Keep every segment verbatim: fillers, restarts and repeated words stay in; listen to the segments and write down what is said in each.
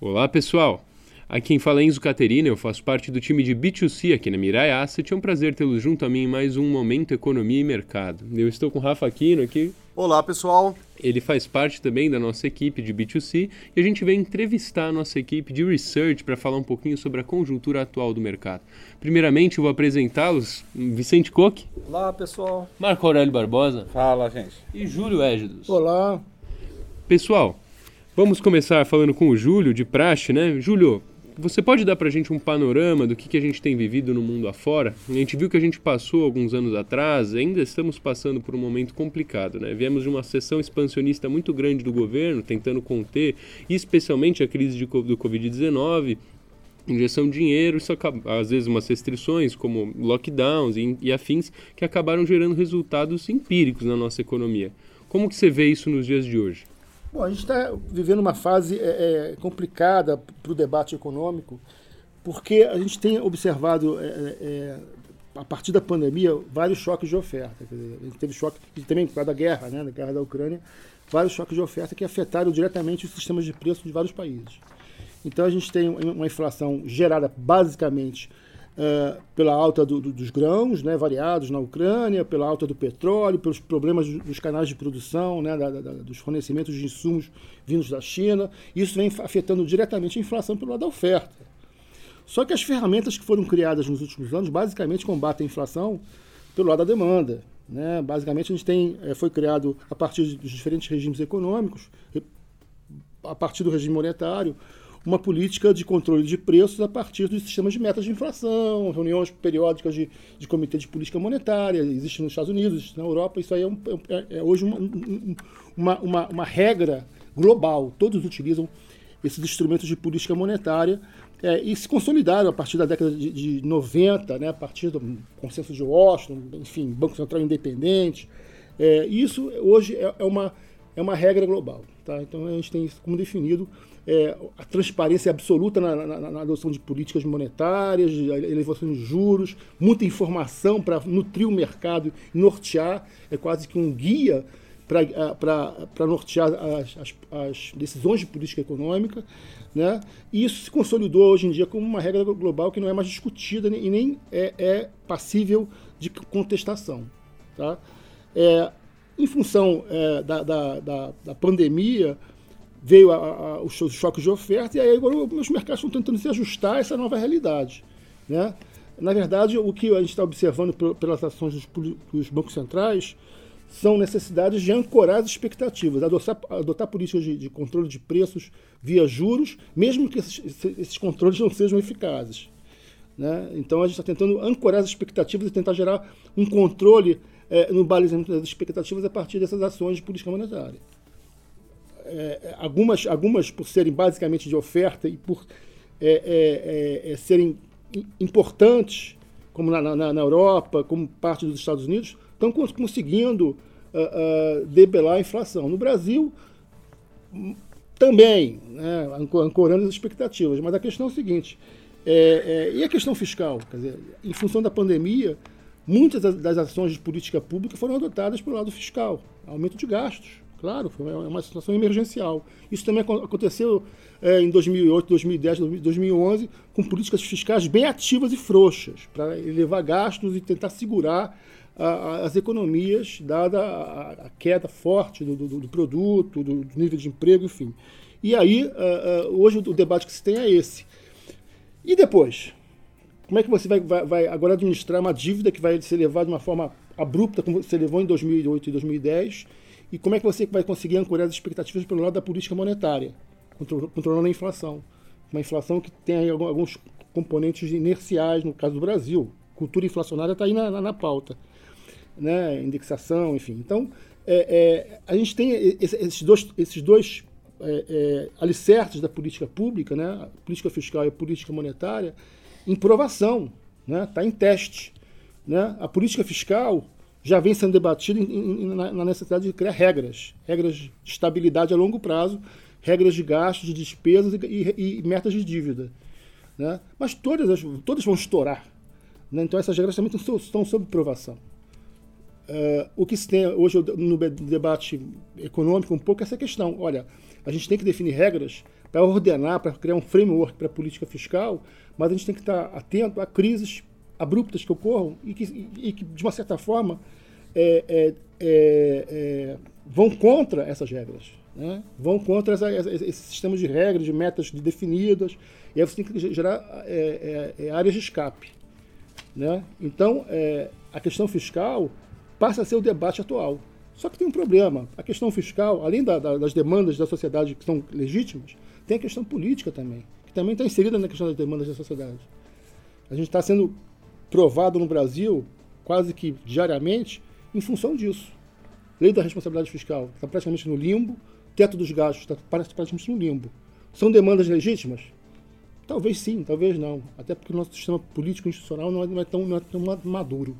Olá, pessoal! Aqui quem fala é Enzo Caterina, eu faço parte do time de B dois C aqui na Mirai Asset. É um prazer tê-los junto a mim em mais um Momento Economia e Mercado. Eu estou com o Rafa Aquino aqui. Olá, pessoal! Ele faz parte também da nossa equipe de B dois C e a gente vem entrevistar a nossa equipe de Research para falar um pouquinho sobre a conjuntura atual do mercado. Primeiramente, eu vou apresentá-los. Vicente Koch. Olá, pessoal! Marco Aurélio Barbosa. Fala, gente! E Júlio Égidos. Olá! Pessoal, vamos começar falando com o Júlio, de praxe, né? Júlio, você pode dar para a gente um panorama do que, que a gente tem vivido no mundo afora? A gente viu que a gente passou alguns anos atrás, ainda estamos passando por um momento complicado, né? Viemos de uma sessão expansionista muito grande do governo, tentando conter, especialmente a crise de, do covid dezenove, injeção de dinheiro, isso acaba, às vezes umas restrições como lockdowns e, e afins, que acabaram gerando resultados empíricos na nossa economia. Como que você vê isso nos dias de hoje? Bom, a gente está vivendo uma fase é, complicada para o debate econômico, porque a gente tem observado, é, é, a partir da pandemia, vários choques de oferta. Quer dizer, a gente teve choque, e também por causa da guerra, né, da guerra da Ucrânia, vários choques de oferta que afetaram diretamente os sistemas de preço de vários países. Então a gente tem uma inflação gerada basicamente Uh, pela alta do, do, dos grãos, né, variados na Ucrânia, pela alta do petróleo, pelos problemas dos canais de produção, né, da, da, dos fornecimentos de insumos vindos da China. Isso vem afetando diretamente a inflação pelo lado da oferta. Só que as ferramentas que foram criadas nos últimos anos basicamente combatem a inflação pelo lado da demanda. Né? Basicamente a gente tem, foi criado a partir dos diferentes regimes econômicos, a partir do regime monetário, uma política de controle de preços a partir dos sistemas de metas de inflação, reuniões periódicas de, de comitê de política monetária, existe nos Estados Unidos, existe na Europa. Isso aí é, um, é, é hoje uma, uma, uma, uma regra global. Todos utilizam esses instrumentos de política monetária é, e se consolidaram a partir da década de, de noventa, né, a partir do consenso de Washington, enfim, Banco Central Independente. É, isso hoje é, é, uma, é uma regra global. Tá? Então a gente tem isso como definido. É, a transparência absoluta na, na, na adoção de políticas monetárias, a elevação de juros, muita informação para nutrir o mercado e nortear, é quase que um guia para nortear as, as, as decisões de política econômica. Né? E isso se consolidou hoje em dia como uma regra global que não é mais discutida e nem é, é passível de contestação. Tá? É, em função é, da, da, da, da pandemia, veio a, a, os choques de oferta e aí agora os mercados estão tentando se ajustar a essa nova realidade. Né? Na verdade, o que a gente está observando pelas ações dos, dos bancos centrais são necessidades de ancorar as expectativas, adotar, adotar políticas de, de controle de preços via juros, mesmo que esses, esses controles não sejam eficazes. Né? Então a gente está tentando ancorar as expectativas e tentar gerar um controle é, no balizamento das expectativas a partir dessas ações de política monetária. É, algumas, algumas por serem basicamente de oferta e por é, é, é, serem importantes, como na, na, na Europa, como parte dos Estados Unidos, estão conseguindo uh, uh, debelar a inflação. No Brasil, também, né, ancorando as expectativas. Mas a questão é o seguinte, é, é, e a questão fiscal? Quer dizer, em função da pandemia, muitas das ações de política pública foram adotadas pelo lado fiscal, aumento de gastos. Claro, foi uma situação emergencial. Isso também aconteceu é, em dois mil e oito, dois mil e dez, dois mil e onze, com políticas fiscais bem ativas e frouxas, para elevar gastos e tentar segurar a, a, as economias, dada a, a queda forte do, do, do produto, do, do nível de emprego, enfim. E aí, uh, uh, hoje o debate que se tem é esse. E depois? Como é que você vai, vai, vai agora administrar uma dívida que vai ser levada de uma forma abrupta, como você levou em dois mil e oito e dois mil e dez, e como é que você vai conseguir ancorar as expectativas pelo lado da política monetária, controlando a inflação? Uma inflação que tem alguns componentes inerciais, no caso do Brasil. Cultura inflacionária está aí na, na, na pauta. Né? Indexação, enfim. Então, é, é, a gente tem esses dois, esses dois é, é, alicerces da política pública, né? A política fiscal e a política monetária, em provação, né? Está em teste. Né? A política fiscal já vem sendo debatida em, em, na necessidade de criar regras, regras de estabilidade a longo prazo, regras de gastos, de despesas e, e, e metas de dívida. Né? Mas todas, as, todas vão estourar. Né? Então essas regras também estão, estão sob provação. Uh, o que se tem hoje no debate econômico um pouco é essa questão. Olha, a gente tem que definir regras para ordenar, para criar um framework para a política fiscal, mas a gente tem que estar atento a crises abruptas que ocorram e que, e que de uma certa forma, é, é, é, é, vão contra essas regras, né? Vão contra essa, esse sistema de regras, de metas definidas, e aí você tem que gerar é, é, é, áreas de escape, né? Então, é, a questão fiscal passa a ser o debate atual. Só que tem um problema. A questão fiscal, além da, da, das demandas da sociedade que são legítimas, tem a questão política também, que também está inserida na questão das demandas da sociedade. A gente está sendo provado no Brasil, quase que diariamente, em função disso. Lei da responsabilidade fiscal está praticamente no limbo, teto dos gastos está praticamente no limbo. São demandas legítimas? Talvez sim, talvez não. Até porque o nosso sistema político institucional não é, não é, tão, não é tão maduro,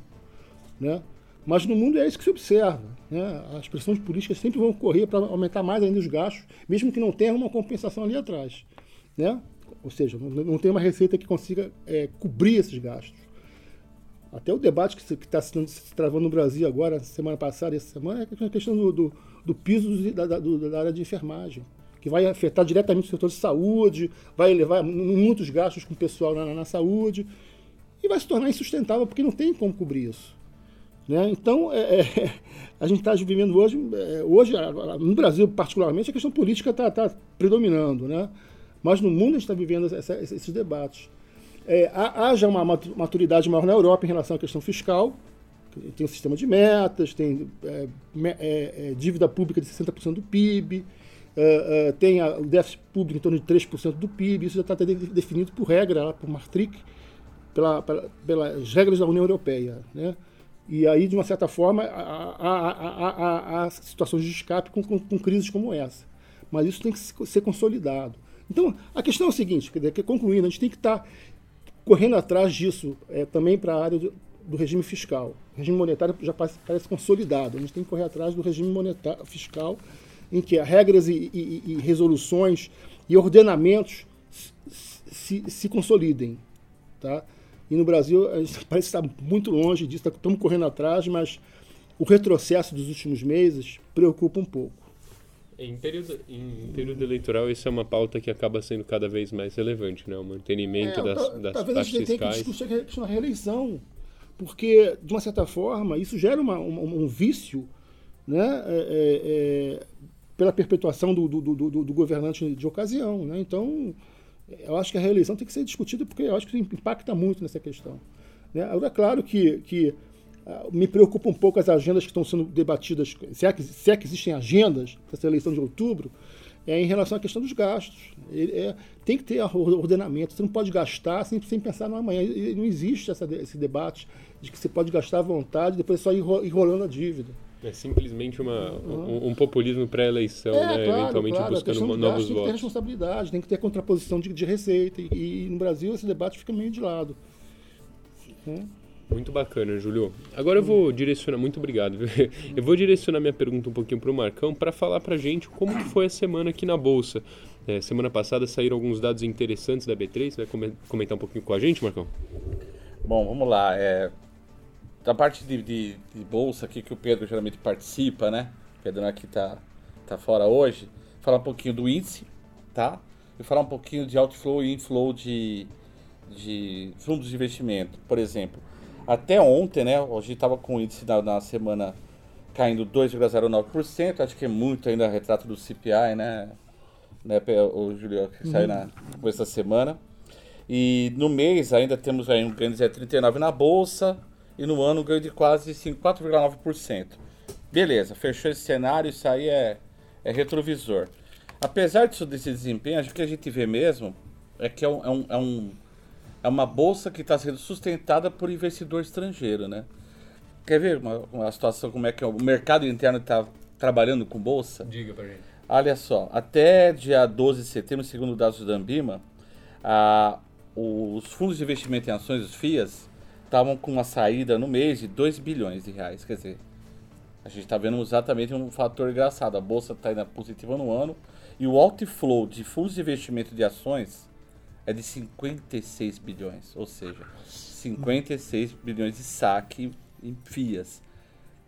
né? Mas no mundo é isso que se observa, né? As pressões políticas sempre vão correr para aumentar mais ainda os gastos, mesmo que não tenha uma compensação ali atrás, né? Ou seja, não, não tem uma receita que consiga é, cobrir esses gastos. Até o debate que está se, se travando no Brasil agora, semana passada, essa semana, é a questão do, do, do piso da, da, do, da área de enfermagem, que vai afetar diretamente o setor de saúde, vai levar muitos gastos com o pessoal na, na saúde, e vai se tornar insustentável, porque não tem como cobrir isso. Né? Então, é, é, a gente está vivendo hoje, é, hoje, no Brasil particularmente, a questão política está tá predominando, né? Mas no mundo a gente está vivendo essa, esses debates. É, haja uma maturidade maior na Europa em relação à questão fiscal, tem um sistema de metas, tem é, é, é, dívida pública de sessenta por cento do P I B, é, é, tem a, o déficit público em torno de três por cento do P I B, isso já está definido por regra, lá, por Maastricht, pela, pela, pelas regras da União Europeia, né? E aí, de uma certa forma, há, há, há, há, há situações de escape com, com, com crises como essa. Mas isso tem que ser consolidado. Então, a questão é o seguinte, que, concluindo, a gente tem que estar correndo atrás disso é, também para a área do, do regime fiscal. O regime monetário já parece, parece consolidado. A gente tem que correr atrás do regime monetário, fiscal, em que as regras e, e, e resoluções e ordenamentos se, se consolidem, tá? E no Brasil, a gente parece estar muito longe disso, estamos correndo atrás, mas o retrocesso dos últimos meses preocupa um pouco. Em período, em período eleitoral, isso é uma pauta que acaba sendo cada vez mais relevante, né? O mantenimento é, das, das talvez taxas a gente fiscais. Tem que discutir a questão da reeleição, porque, de uma certa forma, isso gera uma, um, um vício, né? é, é, é, pela perpetuação do, do, do, do, do governante de ocasião, né? Então, eu acho que a reeleição tem que ser discutida porque eu acho que impacta muito nessa questão, né? Agora, é claro que, que uh, me preocupa um pouco as agendas que estão sendo debatidas, se é que, se é que existem agendas para essa eleição de outubro, é, em relação à questão dos gastos. Ele, é, tem que ter ordenamento, você não pode gastar sem, sem pensar no amanhã. E não existe essa, esse debate de que você pode gastar à vontade e depois só ir enrolando a dívida. É simplesmente uma, um, um populismo pré-eleição, é, né? Claro, Eventualmente claro. buscando novos gasto, votos. Tem que ter responsabilidade, tem que ter contraposição de, de receita. E, e no Brasil esse debate fica meio de lado. É. Muito bacana, Júlio. Agora eu vou direcionar, muito obrigado. Eu vou direcionar minha pergunta um pouquinho para o Marcão para falar para a gente como que foi a semana aqui na Bolsa. É, semana passada saíram alguns dados interessantes da B três. Você vai comentar um pouquinho com a gente, Marcão? Bom, vamos lá. É... Da parte de, de, de bolsa aqui que o Pedro geralmente participa, né? O Pedro aqui tá, tá fora hoje. Falar um pouquinho do índice, tá? E falar um pouquinho de outflow e inflow de, de fundos de investimento. Por exemplo, até ontem, né? Hoje estava com o índice na, na semana caindo dois vírgula zero nove por cento. Acho que é muito ainda retrato do C P I, né? né o Júlio, que saiu na começo da semana. E no mês ainda temos aí um ganho de zero vírgula trinta e nove na bolsa. E no ano um ganho de quase quatro vírgula nove por cento. Beleza, fechou esse cenário, isso aí é, é retrovisor. Apesar disso, desse desempenho, acho que o que a gente vê mesmo é que é, um, é, um, é, um, é uma bolsa que está sendo sustentada por investidor estrangeiro, né? Quer ver uma, uma situação como é que é, o mercado interno está trabalhando com bolsa? Diga pra gente. Olha só, até dia doze de setembro, segundo dados da Ambima, a, os fundos de investimento em ações, os F I As, estavam com uma saída no mês de dois bilhões de reais. Quer dizer, a gente está vendo exatamente um fator engraçado. A bolsa está indo positiva no ano e o outflow de fundos de investimento de ações é de cinquenta e seis bilhões. Ou seja, cinquenta e seis bilhões de saque em F I As.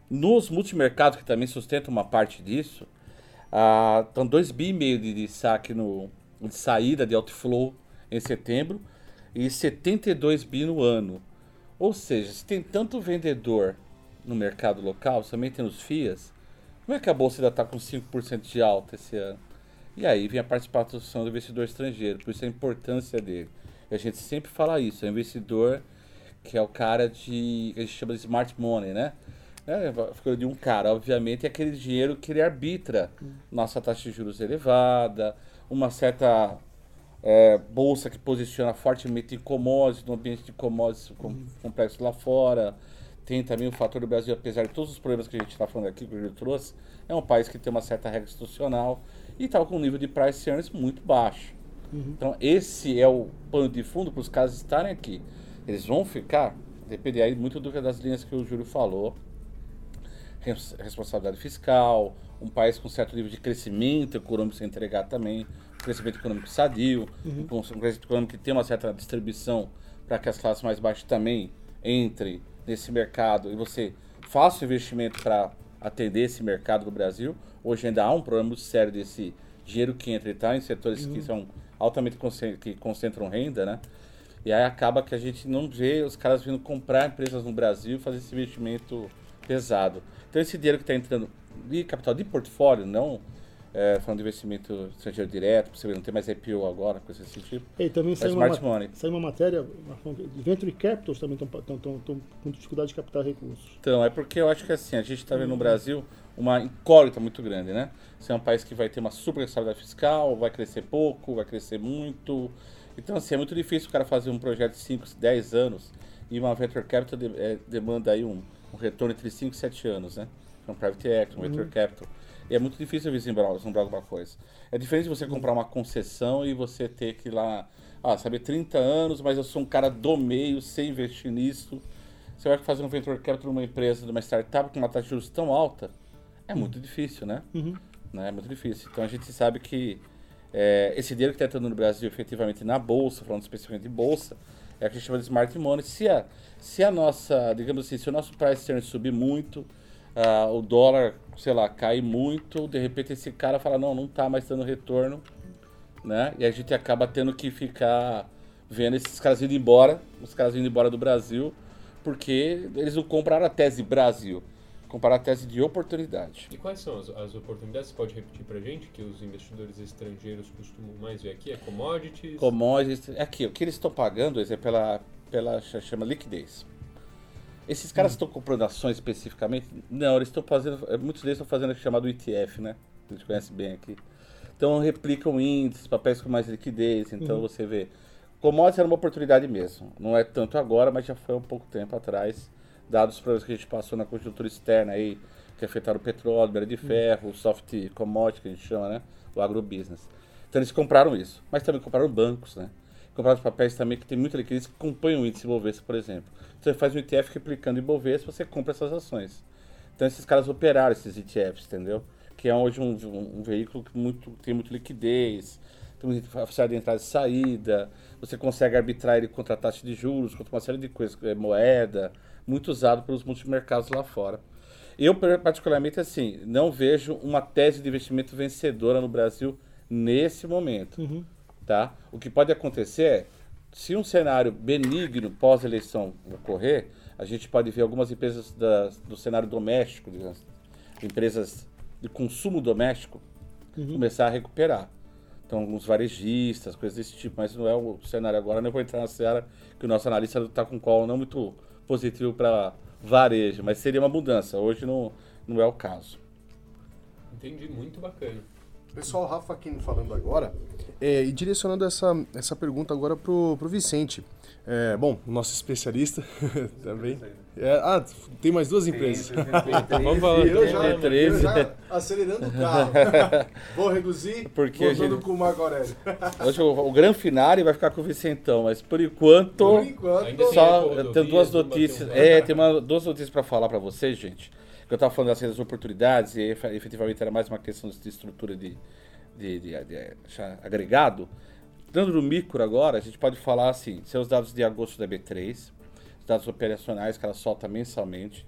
Nos multimercados, que também sustentam uma parte disso, ah, estão dois bi e meio de, de saque no, de saída de outflow em setembro e setenta e dois bi no ano. Ou seja, se tem tanto vendedor no mercado local, também tem os F I As, como é que a bolsa ainda está com cinco por cento de alta esse ano? E aí vem a participação do investidor estrangeiro, por isso a importância dele. E a gente sempre fala isso, é um investidor que é o cara de, que a gente chama de smart money, né? É, ficou de um cara, obviamente, é aquele dinheiro que ele arbitra. Nossa taxa de juros elevada, uma certa é, bolsa que posiciona fortemente em commodities, no ambiente de commodities complexo lá fora. Tem também o fator do Brasil, apesar de todos os problemas que a gente está falando aqui, que o Júlio trouxe, é um país que tem uma certa regra institucional e está com um nível de price earnings muito baixo. Uhum. Então, esse é o pano de fundo para os caras estarem aqui. Eles vão ficar, depende aí muito do que das linhas que o Júlio falou, responsabilidade fiscal, um país com certo nível de crescimento econômico sem entregar também, um crescimento econômico sadio, uhum. um crescimento econômico que tem uma certa distribuição para que as classes mais baixas também entrem nesse mercado e você faça o investimento para atender esse mercado do Brasil. Hoje ainda há um problema muito sério desse dinheiro que entra e está em setores uhum. que são altamente que concentram renda, né? E aí acaba que a gente não vê os caras vindo comprar empresas no Brasil e fazer esse investimento pesado. Então esse dinheiro que está entrando de capital de portfólio, não é, falando de investimento estrangeiro direto, você não tem mais I P O agora, coisa desse tipo. E também saiu uma, saiu uma matéria, Venture Capitals também estão com dificuldade de captar recursos. Então, é porque eu acho que assim, a gente está vendo no Brasil uma incógnita muito grande, né? Você é um país que vai ter uma super responsabilidade fiscal, vai crescer pouco, vai crescer muito. Então, assim, é muito difícil o cara fazer um projeto de cinco, dez anos e uma Venture Capital de, é, demanda aí um, um retorno entre cinco e sete anos, né? Um Private Equity, um Venture uhum. Capital. E é muito difícil vislumbrar, vislumbrar alguma coisa. É diferente de você comprar uma concessão e você ter que ir lá, ah, sabe, trinta anos, mas eu sou um cara do meio, sem investir nisso. Você vai fazer um Venture Capital numa empresa, numa startup com uma taxa de juros tão alta, é muito uhum. difícil, né? Uhum. né? É muito difícil. Então a gente sabe que é, esse dinheiro que está entrando no Brasil efetivamente na Bolsa, falando especificamente de Bolsa, é o que a gente chama de Smart Money. Se a, se a nossa, digamos assim, se o nosso price earnings subir muito, Uh, o dólar, sei lá, cai muito, de repente esse cara fala, não, não está mais dando retorno, né? E a gente acaba tendo que ficar vendo esses caras indo embora, os caras indo embora do Brasil, porque eles não compraram a tese Brasil, compraram a tese de oportunidade. E quais são as, as oportunidades? Você pode repetir pra gente que os investidores estrangeiros costumam mais ver aqui? É commodities? Commodities, aqui, o que eles estão pagando é pela, pela chama liquidez. Esses caras hum. estão comprando ações especificamente? Não, eles estão fazendo, muitos deles estão fazendo o chamado E T F, né? A gente conhece bem aqui. Então replicam índices, papéis com mais liquidez, então uhum. você vê. Commodities era uma oportunidade mesmo, não é tanto agora, mas já foi um pouco tempo atrás, dados os problemas que a gente passou na conjuntura externa aí, que afetaram o petróleo, minério de ferro, uhum. o soft commodity que a gente chama, né? O agrobusiness. Então eles compraram isso, mas também compraram bancos, né? Compraram papéis também que tem muita liquidez que acompanham o índice Ibovespa, por exemplo. Você faz um E T F replicando Ibovespa, você compra essas ações. Então esses caras operaram esses E T Fs, entendeu? Que é hoje um, um, um veículo que muito, tem muita liquidez, tem muita facilidade de entrada e saída, você consegue arbitrar ele contra a taxa de juros, contra uma série de coisas, moeda, muito usado pelos multimercados lá fora. Eu, particularmente, assim, não vejo uma tese de investimento vencedora no Brasil nesse momento. Uhum. Tá? O que pode acontecer é, se um cenário benigno pós-eleição ocorrer, a gente pode ver algumas empresas da, do cenário doméstico, digamos, empresas de consumo doméstico, uhum. começar a recuperar. Então, alguns varejistas, coisas desse tipo, mas não é o cenário agora. Não vou entrar na seara que o nosso analista está com qual não muito positivo para varejo, mas seria uma mudança. Hoje não, não é o caso. Entendi, muito bacana. Pessoal, Rafa Aquino falando agora, é, e direcionando essa, essa pergunta agora pro, pro Vicente. É, bom, o nosso especialista também. É, ah, tem mais duas empresas. Tem, tem, tem, tem, Vamos falar. Eu já, eu já acelerando o carro. Vou reduzir, porque voltando gente, com o Marco Aurélio. Hoje o, o grande finale vai ficar com o Vicentão, mas por enquanto, por enquanto só eu tenho duas notícias. É, tem uma, duas notícias para falar para vocês, gente. Eu estava falando das das oportunidades e efetivamente era mais uma questão de estrutura de, de, de, de, de agregado. Dando no micro agora, a gente pode falar assim, são os dados de agosto da B três, os dados operacionais que ela solta mensalmente.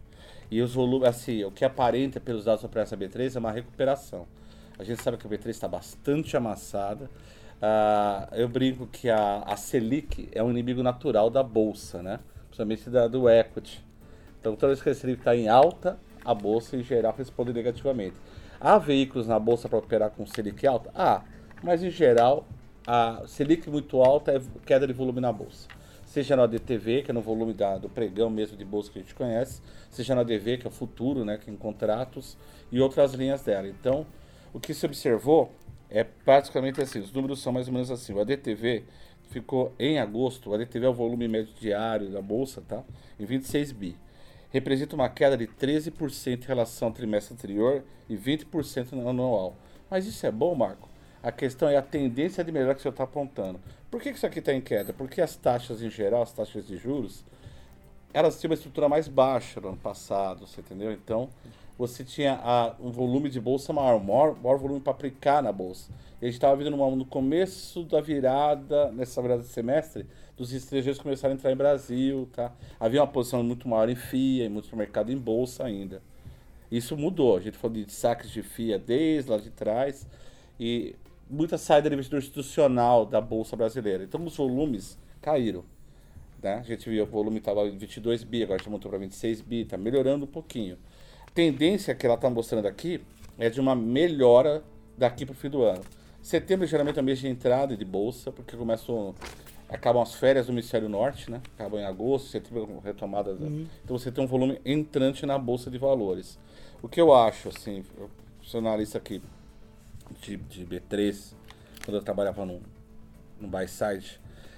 E os volumes, assim, o que aparenta pelos dados operacionais da B três é uma recuperação. A gente sabe que a B três está bastante amassada. Ah, eu brinco que a, a Selic é um inimigo natural da Bolsa, né? Principalmente da, do equity. Então, toda vez que a Selic está em alta, a Bolsa, em geral, responde negativamente. Há veículos na Bolsa para operar com Selic alta? Há, mas, em geral, a Selic muito alta é queda de volume na Bolsa. Seja no A D T V, que é no volume da, do pregão mesmo de bolsa que a gente conhece, seja no A D V, que é o futuro, né, que é em contratos, e outras linhas dela. Então, o que se observou é praticamente assim, os números são mais ou menos assim. O A D T V ficou em agosto, o A D T V é o volume médio diário da bolsa, tá? Em vinte e seis bi. Representa uma queda de treze por cento em relação ao trimestre anterior e vinte por cento no anual. Mas isso é bom, Marco? A questão é a tendência de melhora que o senhor está apontando. Por que isso aqui está em queda? Porque as taxas em geral, as taxas de juros, elas tinham uma estrutura mais baixa no ano passado, você entendeu? Então, você tinha a, um volume de bolsa maior, maior, maior volume para aplicar na bolsa. E a gente estava vendo no começo da virada, nessa virada de semestre, dos estrangeiros começaram a entrar em Brasil, tá? Havia uma posição muito maior em F I A, e muito mercado em bolsa ainda. Isso mudou, a gente falou de saques de F I A desde lá de trás, e muita saída do investidor institucional da Bolsa Brasileira. Então, os volumes caíram. Né? A gente viu que o volume estava em vinte e dois bi, agora já montou para vinte e seis bi, está melhorando um pouquinho. A tendência que ela está mostrando aqui é de uma melhora daqui para o fim do ano. Setembro geralmente é o mês de entrada de Bolsa, porque começam, acabam as férias do Hemisfério Norte, né? Acabam em agosto, setembro retomada. Uhum. Então você tem um volume entrante na Bolsa de Valores. O que eu acho, assim, eu sou analista aqui, De, de B três, quando eu trabalhava no, no buy side,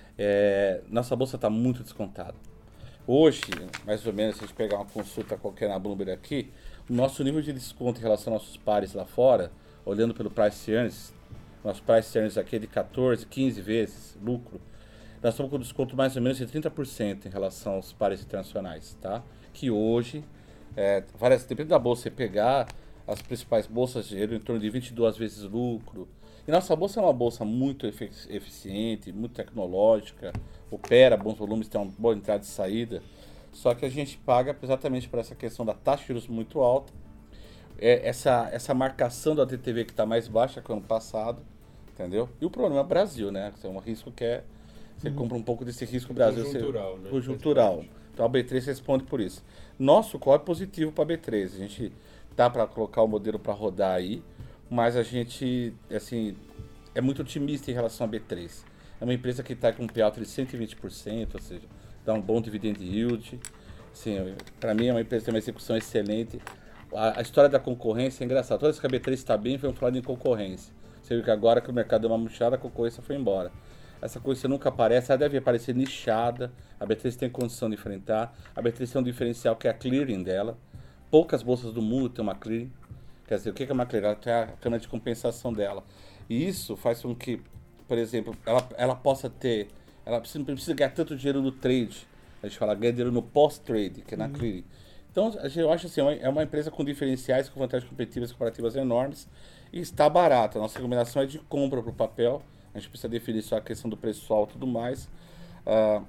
é, nossa bolsa está muito descontada. Hoje, mais ou menos, se a gente pegar uma consulta qualquer na Bloomberg aqui, o nosso nível de desconto em relação aos nossos pares lá fora, olhando pelo price earnings, nosso price earnings aqui é de quatorze, quinze vezes lucro, nós estamos com desconto mais ou menos de trinta por cento em relação aos pares internacionais, tá? Que hoje, é, várias, dependendo da bolsa você pegar, as principais bolsas geram em torno de vinte e duas vezes lucro. E nossa bolsa é uma bolsa muito eficiente, muito tecnológica, opera bons volumes, tem uma boa entrada e saída. Só que a gente paga exatamente por essa questão da taxa de juros muito alta, é, essa, essa marcação da A D T V que está mais baixa que o ano passado, entendeu? E o problema é o Brasil, né? É um risco que é... Você uhum. compra um pouco desse risco Brasil. Conjuntural, você, né? Conjuntural. Então a B três responde por isso. Nosso call é positivo para a B três. A gente... Dá para colocar o modelo para rodar aí, mas a gente, assim, é muito otimista em relação à B três. É uma empresa que está com um payout de cento e vinte por cento, ou seja, dá um bom dividend yield. Assim, para mim é uma empresa que tem uma execução excelente. A, a história da concorrência é engraçada. Toda vez que a B três está bem, vamos falar de concorrência. Você viu que agora que o mercado deu uma murchada, a concorrência foi embora. Essa coisa nunca aparece, ela deve aparecer nichada. A B três tem condição de enfrentar. A B três tem um diferencial que é a clearing dela. Poucas bolsas do mundo têm uma clearing. Quer dizer, o que é uma clearing? Ela tem a câmara de compensação dela. E isso faz com que, por exemplo, ela, ela possa ter... Ela precisa, não precisa ganhar tanto dinheiro no trade. A gente fala ganhar dinheiro no post-trade, que é na uhum. clearing. Então, eu acho assim, é uma empresa com diferenciais, com vantagens competitivas e comparativas enormes. E está barata. A nossa recomendação é de compra para o papel. A gente precisa definir só a questão do preço alto e tudo mais. Uh,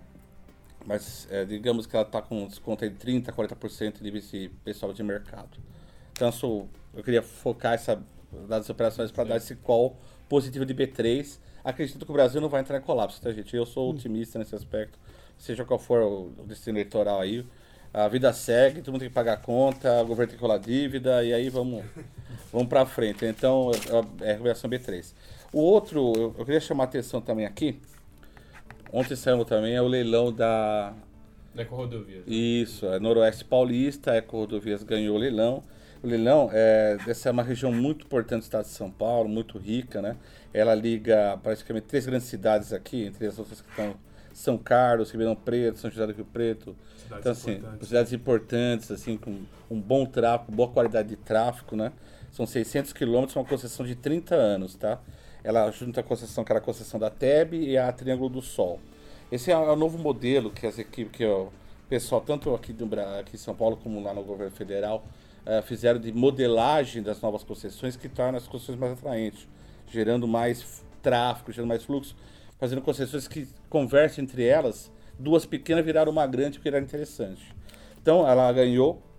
Mas é, digamos que ela está com desconto de trinta por cento, quarenta por cento de esse pessoal de mercado. Então eu, eu queria focar essa, das operações para dar esse call positivo de B três. Acredito que o Brasil não vai entrar em colapso, tá, gente? Eu sou otimista nesse aspecto. Seja qual for o, o destino eleitoral aí, a vida segue, todo mundo tem que pagar a conta, o governo tem que rolar dívida, e aí vamos, vamos para frente. Então, é a recomendação B três. O outro, eu, eu queria chamar a atenção também aqui. Ontem saiu também é o leilão da... Eco-Rodovias. Isso, é Noroeste Paulista, a Eco-Rodovias ganhou o leilão. O leilão, é, essa é uma região muito importante do estado de São Paulo, muito rica, né? Ela liga praticamente três grandes cidades aqui, entre as outras que estão São Carlos, Ribeirão Preto, São José do Rio Preto. Cidades então, assim, importantes. cidades importantes, assim, com um bom tráfego, boa qualidade de tráfego, né? São seiscentos quilômetros, uma concessão de trinta anos, tá? Ela junta a concessão, que era a concessão da T E B e a Triângulo do Sol. Esse é o novo modelo que as equipes, que o pessoal, tanto aqui, do, aqui em São Paulo como lá no governo federal, uh, fizeram de modelagem das novas concessões, que torna as concessões mais atraentes, gerando mais tráfego, gerando mais fluxo, fazendo concessões que conversem entre elas, duas pequenas viraram uma grande, porque era interessante. Então, ela ganhou.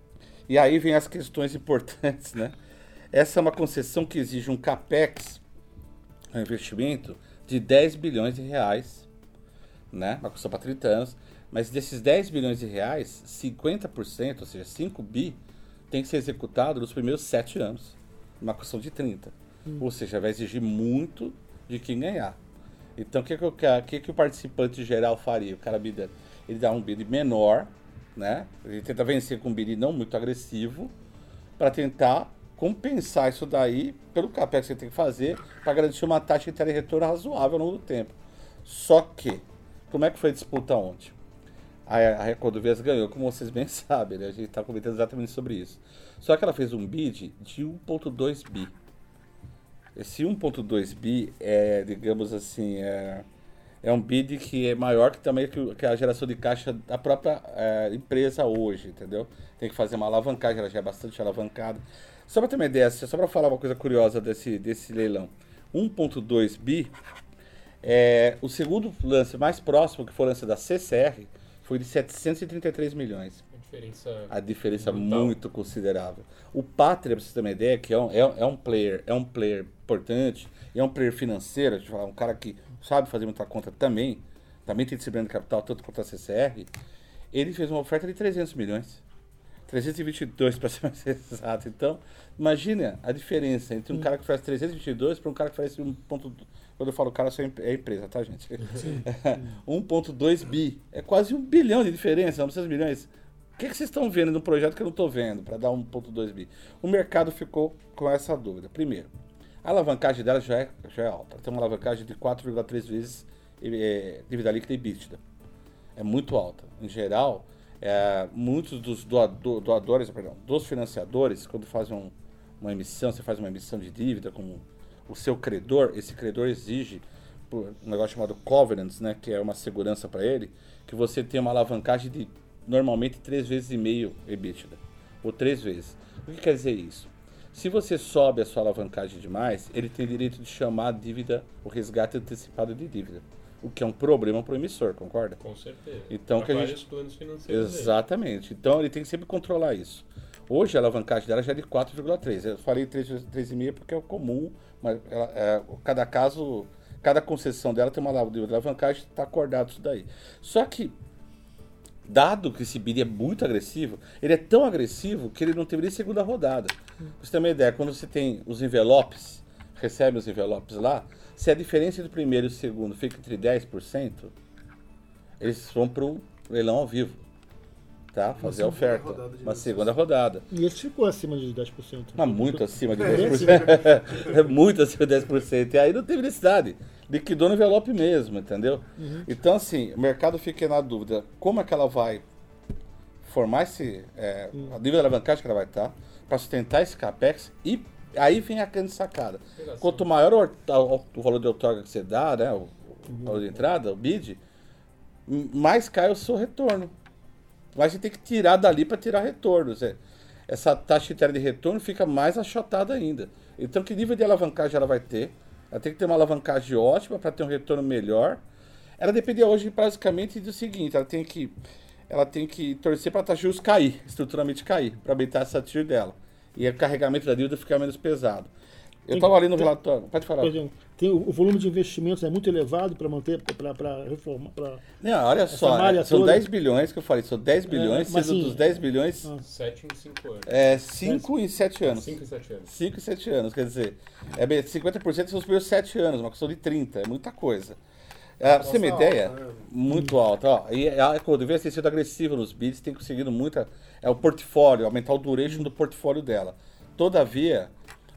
E aí vem as questões importantes, né? Essa é uma concessão que exige um capex, um investimento de dez bilhões de reais, né? Uma concessão para trinta anos. Mas desses dez bilhões de reais, cinquenta por cento, ou seja, cinco bi, tem que ser executado nos primeiros sete anos. Uma concessão de trinta. Hum. Ou seja, vai exigir muito de quem ganhar. Então, o que, que, eu, que, que o participante geral faria? O cara bida, ele dá um bid menor, né? Ele tenta vencer com um bid não muito agressivo, para tentar compensar isso daí pelo capex que você tem que fazer para garantir uma taxa de retorno razoável ao longo do tempo. Só que, como é que foi a disputa ontem? A, a Recodovias ganhou, como vocês bem sabem, né? A gente está comentando exatamente sobre isso. Só que ela fez um bid de um vírgula dois bi. Esse um vírgula dois bi é, digamos assim, é, é um bid que é maior que também que, que a geração de caixa da própria é, empresa hoje, entendeu? Tem que fazer uma alavancagem, ela já é bastante alavancada. Só para ter uma ideia, só para falar uma coisa curiosa desse, desse leilão. um vírgula dois bi, é, o segundo lance mais próximo, que foi o lance da C C R, foi de setecentos e trinta e três milhões. A diferença, a diferença muito considerável. O Pátria, para vocês terem uma ideia, que é um, é, é um player, é um player importante, é um player financeiro, de falar, um cara que sabe fazer muita conta também, também tem disciplina de capital, tanto quanto a C C R, ele fez uma oferta de trezentos milhões. trezentos e vinte e dois para ser mais exato. Então, imagina a diferença entre um hum. cara que faz trezentos e vinte e dois para um cara que faz um ponto. Quando eu falo cara, só é empresa, tá, gente? um vírgula dois bi. É quase um bilhão de diferença, não seis milhões. O que, que vocês estão vendo no projeto que eu não estou vendo para dar um vírgula dois bi? O mercado ficou com essa dúvida. Primeiro, a alavancagem dela já é, já é alta. Ela tem uma alavancagem de quatro vírgula três vezes é, dívida líquida e EBITDA. É muito alta. Em geral, é, muitos dos doador, doadores, perdão, dos financiadores, quando fazem um, uma emissão, você faz uma emissão de dívida com o seu credor, esse credor exige um negócio chamado covenants, né, que é uma segurança para ele, que você tenha uma alavancagem de normalmente três vezes e meio EBITDA, ou três vezes. O que quer dizer isso? Se você sobe a sua alavancagem demais, ele tem direito de chamar a dívida, o resgate antecipado de dívida. O que é um problema para o emissor, concorda? Com certeza. Então, para que a vários gente... planos financeiros. Exatamente. Dele. Então ele tem que sempre controlar isso. Hoje a alavancagem dela já é de quatro vírgula três. Eu falei três vírgula cinco porque é o comum, mas ela, é, cada caso, cada concessão dela tem uma alavancagem, está acordado isso daí. Só que, dado que esse bid é muito agressivo, ele é tão agressivo que ele não teve nem segunda rodada. Pra você ter uma ideia, quando você tem os envelopes, recebe os envelopes lá, se a diferença do primeiro e o segundo fica entre dez por cento, eles vão para o leilão ao vivo. Tá? Fazer a oferta. Uma segunda rodada. E esse ficou acima de dez por cento. Mas muito acima de dez por cento. É muito acima de dez por cento. E aí não teve necessidade. Liquidou no envelope mesmo, entendeu? Uhum. Então, assim, o mercado fica na dúvida. Como é que ela vai formar esse... É, uhum. A dívida da alavancagem que ela vai estar para sustentar esse capex. E aí vem a grande sacada. Assim. Quanto maior o, o, o valor de outorga que você dá, né? O, o uhum. valor de entrada, o bid, mais cai o seu retorno. Mas você tem que tirar dali para tirar retornos. Essa taxa interna de retorno fica mais achatada ainda. Então, que nível de alavancagem ela vai ter? Ela tem que ter uma alavancagem ótima para ter um retorno melhor. Ela depende hoje basicamente do seguinte: ela tem que, ela tem que torcer para a taxa de juros cair, estruturalmente cair, para aumentar essa tiro dela. E o carregamento da dívida ficar menos pesado. Eu estava ali no tem, relatório. Pode falar. Por exemplo, tem o, o volume de investimentos é muito elevado para manter, para reformar. Pra não, olha só, é, são toda. dez bilhões que eu falei, são dez bilhões, é, mas sendo sim, dos dez bilhões. Ah. sete em cinco anos. É cinco em sete anos. cinco em sete anos. cinco em sete anos, quer dizer, é cinquenta por cento são os primeiros sete anos, uma questão de trinta, é muita coisa. É, pra você ter uma ideia, alta, né? Muito alta. Ó, e a Ecodovias tem sido agressiva nos bids, tem conseguido muita. É o portfólio, aumentar o duration do portfólio dela. Todavia.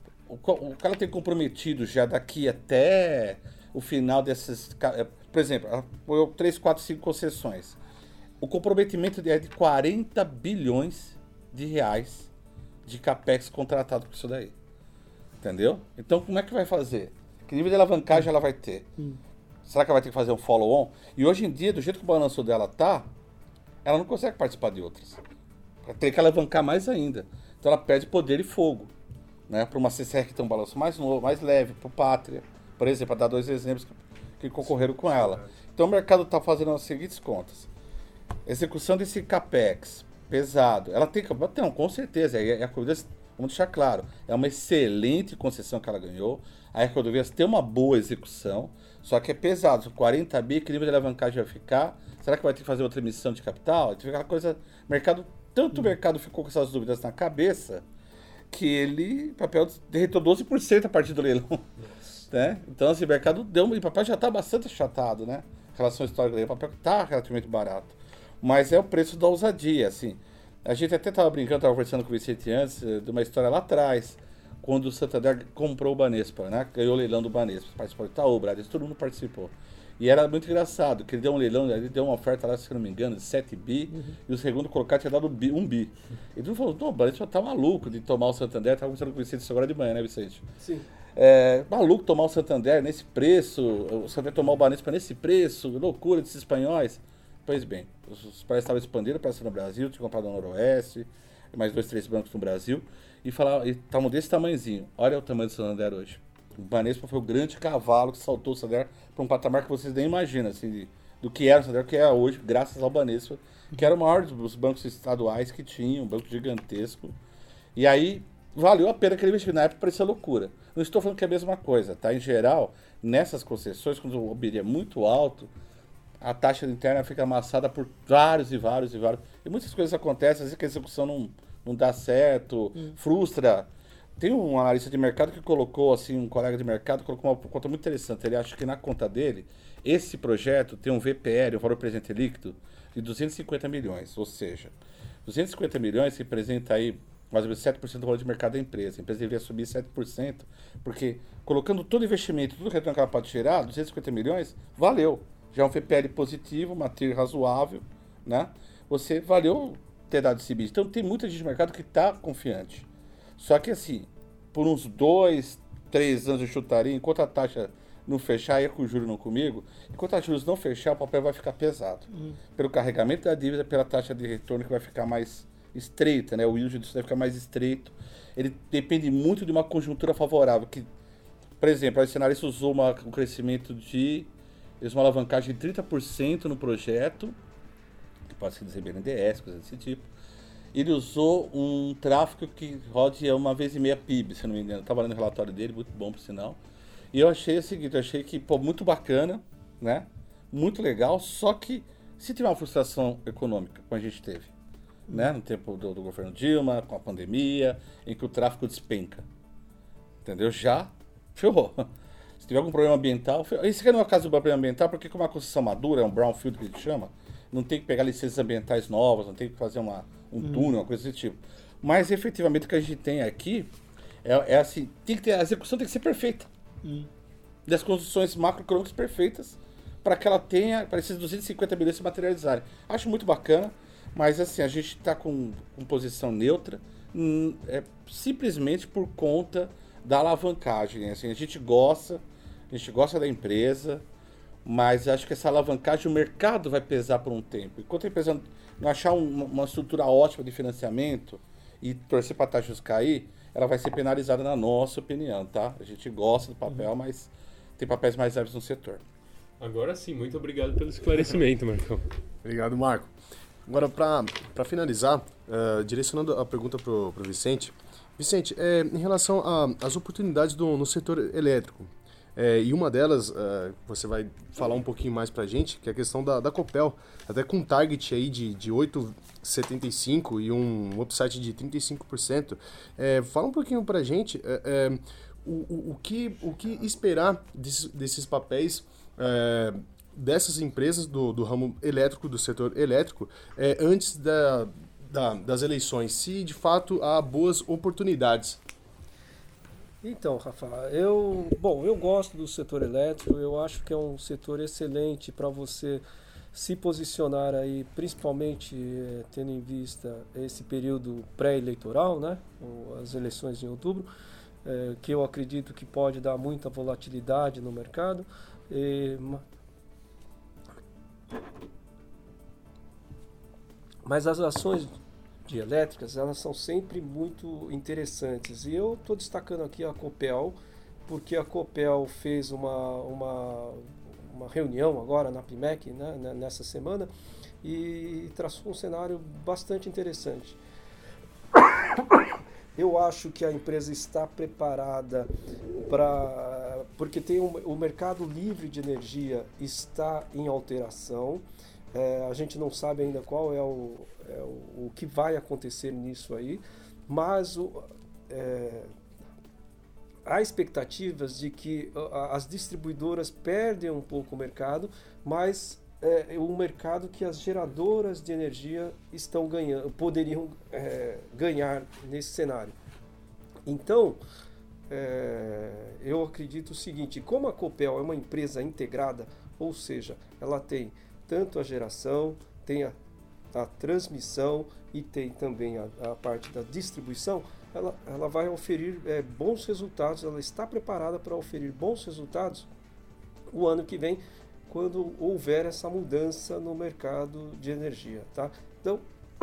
O cara tem comprometido já daqui até o final dessas... Por exemplo, foi três, quatro, cinco concessões. O comprometimento é de quarenta bilhões de reais de capex contratado com isso daí. Entendeu? Então, como é que vai fazer? Que nível de alavancagem ela vai ter? Hum. Será que ela vai ter que fazer um follow-on? E hoje em dia, do jeito que o balanço dela tá, ela não consegue participar de outras. Ela tem que alavancar mais ainda. Então, ela perde poder e fogo. Né, para uma C C R que tem um balanço mais novo, mais leve, para o Pátria, por exemplo, para dar dois exemplos que, que concorreram com ela. Então o mercado está fazendo as seguintes contas. Execução desse capex pesado. Ela tem que... Não, com certeza. É, é a Ecovias, vamos deixar claro, é uma excelente concessão que ela ganhou. A Ecovias tem uma boa execução, só que é pesado. São quarenta bi, que nível de alavancagem vai ficar? Será que vai ter que fazer outra emissão de capital? Tem aquela coisa... Mercado, tanto o mercado ficou com essas dúvidas na cabeça que ele... O papel derretou doze por cento a partir do leilão. Né? Então, assim, o mercado deu... O papel já está bastante achatado, né? Em relação à história dele. O papel está relativamente barato. Mas é o preço da ousadia, assim. A gente até estava brincando, estava conversando com o Vicente antes, de uma história lá atrás, quando o Santander comprou o Banespa, né? Ganhou o leilão do Banespa. Participou do Itaú, Bradesco, todo mundo participou. E era muito engraçado, que ele deu um leilão, ele deu uma oferta lá, se não me engano, de sete bi, uhum. E o segundo colocado tinha dado bi, um bi. E todo mundo falou, não, o Banespa tá maluco de tomar o Santander. Estava conversando com o Vicente isso agora de manhã, né, Vicente? Sim. É, maluco tomar o Santander nesse preço, o Santander tomar o Banespa nesse preço, loucura desses espanhóis. Pois bem, os, os países estavam expandindo para no Brasil, tinha comprado no Noroeste, mais dois, três bancos no Brasil, e estavam desse tamanhozinho. Olha o tamanho do Santander hoje. O Banespa foi o grande cavalo que saltou o Santander para um patamar que vocês nem imaginam, assim, de, do que era o Santander, que é hoje, graças ao Banespa, que era o maior dos bancos estaduais que tinha, um banco gigantesco. E aí, valeu a pena aquele investimento. Na época parecia loucura. Não estou falando que é a mesma coisa, tá? Em geral, nessas concessões, quando o B I D é muito alto, a taxa interna fica amassada por vários e vários e vários. E muitas coisas acontecem, às vezes que a execução não, não dá certo, hum. frustra. Tem um analista de mercado que colocou, assim, um colega de mercado colocou uma conta muito interessante. Ele acha que na conta dele, esse projeto tem um V P L, um valor presente líquido, de duzentos e cinquenta milhões. Ou seja, duzentos e cinquenta milhões representa aí mais ou menos sete por cento do valor de mercado da empresa. A empresa deveria subir sete por cento, porque colocando todo investimento, tudo retorno que ela pode tirar, duzentos e cinquenta milhões, valeu. Já é um V P L positivo, uma T I R razoável, né? Você valeu ter dado esse bid. Então tem muita gente no mercado que está confiante. Só que assim, por uns dois, três anos eu chutaria, enquanto a taxa não fechar, ia com o juro não comigo, enquanto a juros não fechar, o papel vai ficar pesado. Uhum. Pelo carregamento da dívida, pela taxa de retorno que vai ficar mais estreita, né? O yield disso vai ficar mais estreito. Ele depende muito de uma conjuntura favorável. Que, por exemplo, a cenário usou uma, um crescimento de... Eles uma alavancagem de trinta por cento no projeto, que pode ser dizer B N D E S, coisa desse tipo. Ele usou um tráfego que rode uma vez e meia P I B, se não me engano. Estava lendo o relatório dele, muito bom por sinal. E eu achei o seguinte, eu achei que, pô, muito bacana, né? Muito legal, só que se tiver uma frustração econômica, como a gente teve, hum. né? No tempo do, do governo Dilma, com a pandemia, em que o tráfego despenca. Entendeu? Já ferrou. Se tiver algum problema ambiental... Isso aqui não é o caso do problema ambiental, porque como é uma concessão madura, é um brownfield que a gente chama, não tem que pegar licenças ambientais novas, não tem que fazer uma, um hum. túnel, uma coisa desse tipo. Mas, efetivamente, o que a gente tem aqui é, é assim, tem que ter, a execução tem que ser perfeita. Hum. Das construções macroeconômicas perfeitas para que ela tenha, para esses duzentos e cinquenta milhões se materializarem. Acho muito bacana, mas assim, a gente está com, com posição neutra, hum, é, simplesmente por conta da alavancagem. Assim, a gente gosta, a gente gosta da empresa, mas acho que essa alavancagem, o mercado vai pesar por um tempo. Enquanto a empresa não achar um, uma estrutura ótima de financiamento e torcer para taxas cair, ela vai ser penalizada na nossa opinião, tá? A gente gosta do papel, uhum. mas tem papéis mais leves no setor. Agora sim, muito obrigado pelo esclarecimento, Marcão. Obrigado, Marco. Agora, para finalizar, uh, direcionando a pergunta para o Vicente. Vicente, é, em relação às oportunidades do, no setor elétrico, é, e uma delas, uh, você vai falar um pouquinho mais para a gente, que é a questão da, da Copel, até com um target aí de, de oito vírgula setenta e cinco por cento e um upside de trinta e cinco por cento. É, fala um pouquinho para a gente é, é, o, o, o, que, o que esperar desses, desses papéis, é, dessas empresas do, do ramo elétrico, do setor elétrico, é, antes da... Da, das eleições, se de fato há boas oportunidades. Então, Rafa, eu, bom, eu gosto do setor elétrico, eu acho que é um setor excelente para você se posicionar aí, principalmente eh, tendo em vista esse período pré-eleitoral, né, as eleições em outubro, eh, que eu acredito que pode dar muita volatilidade no mercado. E, Mas as ações de elétricas, elas são sempre muito interessantes. E eu estou destacando aqui a Copel, porque a Copel fez uma, uma, uma reunião agora na P M E C, né, nessa semana, e traçou um cenário bastante interessante. Eu acho que a empresa está preparada para... porque tem um, o mercado livre de energia está em alteração. É, a gente não sabe ainda qual é o, é o, o que vai acontecer nisso aí, mas o, é, há expectativas de que as distribuidoras perdem um pouco o mercado, mas é o mercado que as geradoras de energia estão ganhando, poderiam é, ganhar nesse cenário. Então, é, eu acredito o seguinte, como a Copel é uma empresa integrada, ou seja, ela tem tanto a geração, tem a, a transmissão e tem também a, a parte da distribuição, ela, ela vai oferir é, bons resultados, ela está preparada para oferir bons resultados o ano que vem, quando houver essa mudança no mercado de energia, tá? Então,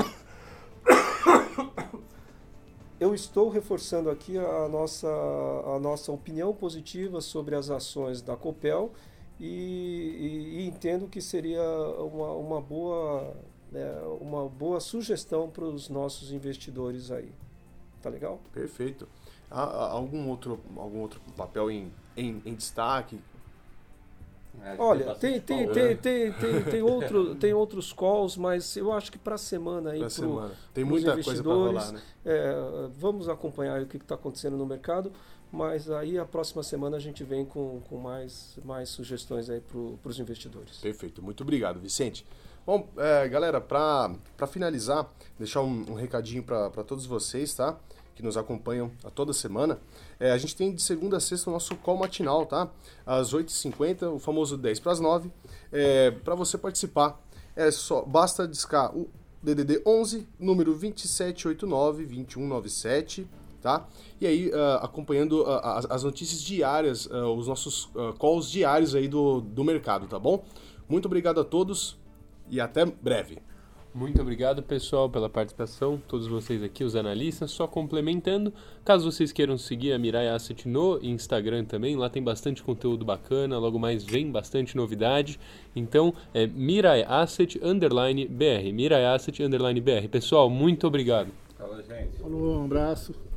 eu estou reforçando aqui a nossa, a nossa opinião positiva sobre as ações da Copel e, e, e entendo que seria uma, uma, boa, né, uma boa sugestão para os nossos investidores aí. Tá legal? Perfeito. Há, há algum, outro, algum outro papel em, em, em destaque? É, Olha, tem, tem, tem, tem, tem, tem, tem, outro, tem outros calls, mas eu acho que para a semana aí, Pra pro, semana. Tem muita coisa para rolar, né? É, vamos acompanhar o que está acontecendo no mercado, mas aí a próxima semana a gente vem com, com mais, mais sugestões aí para os investidores. Perfeito, muito obrigado, Vicente. Bom, é, galera, para finalizar, deixar um, um recadinho para todos vocês, tá? Que nos acompanham a toda semana. É, a gente tem de segunda a sexta o nosso call matinal, tá? Às oito e cinquenta, o famoso dez para as nove. É, para você participar, é só, basta discar o D D D onze, número vinte e sete oitenta e nove, vinte e um noventa e sete, tá? E aí, uh, acompanhando uh, as, as notícias diárias, uh, os nossos uh, calls diários aí do, do mercado, tá bom? Muito obrigado a todos e até breve. Muito obrigado, pessoal, pela participação, todos vocês aqui, os analistas. Só complementando, caso vocês queiram seguir a Mirai Asset no Instagram também, lá tem bastante conteúdo bacana, logo mais vem bastante novidade. Então, é Mirai Asset underline B R, Mirai Asset underline B R. Pessoal, muito obrigado. Fala, gente. Falou, um abraço.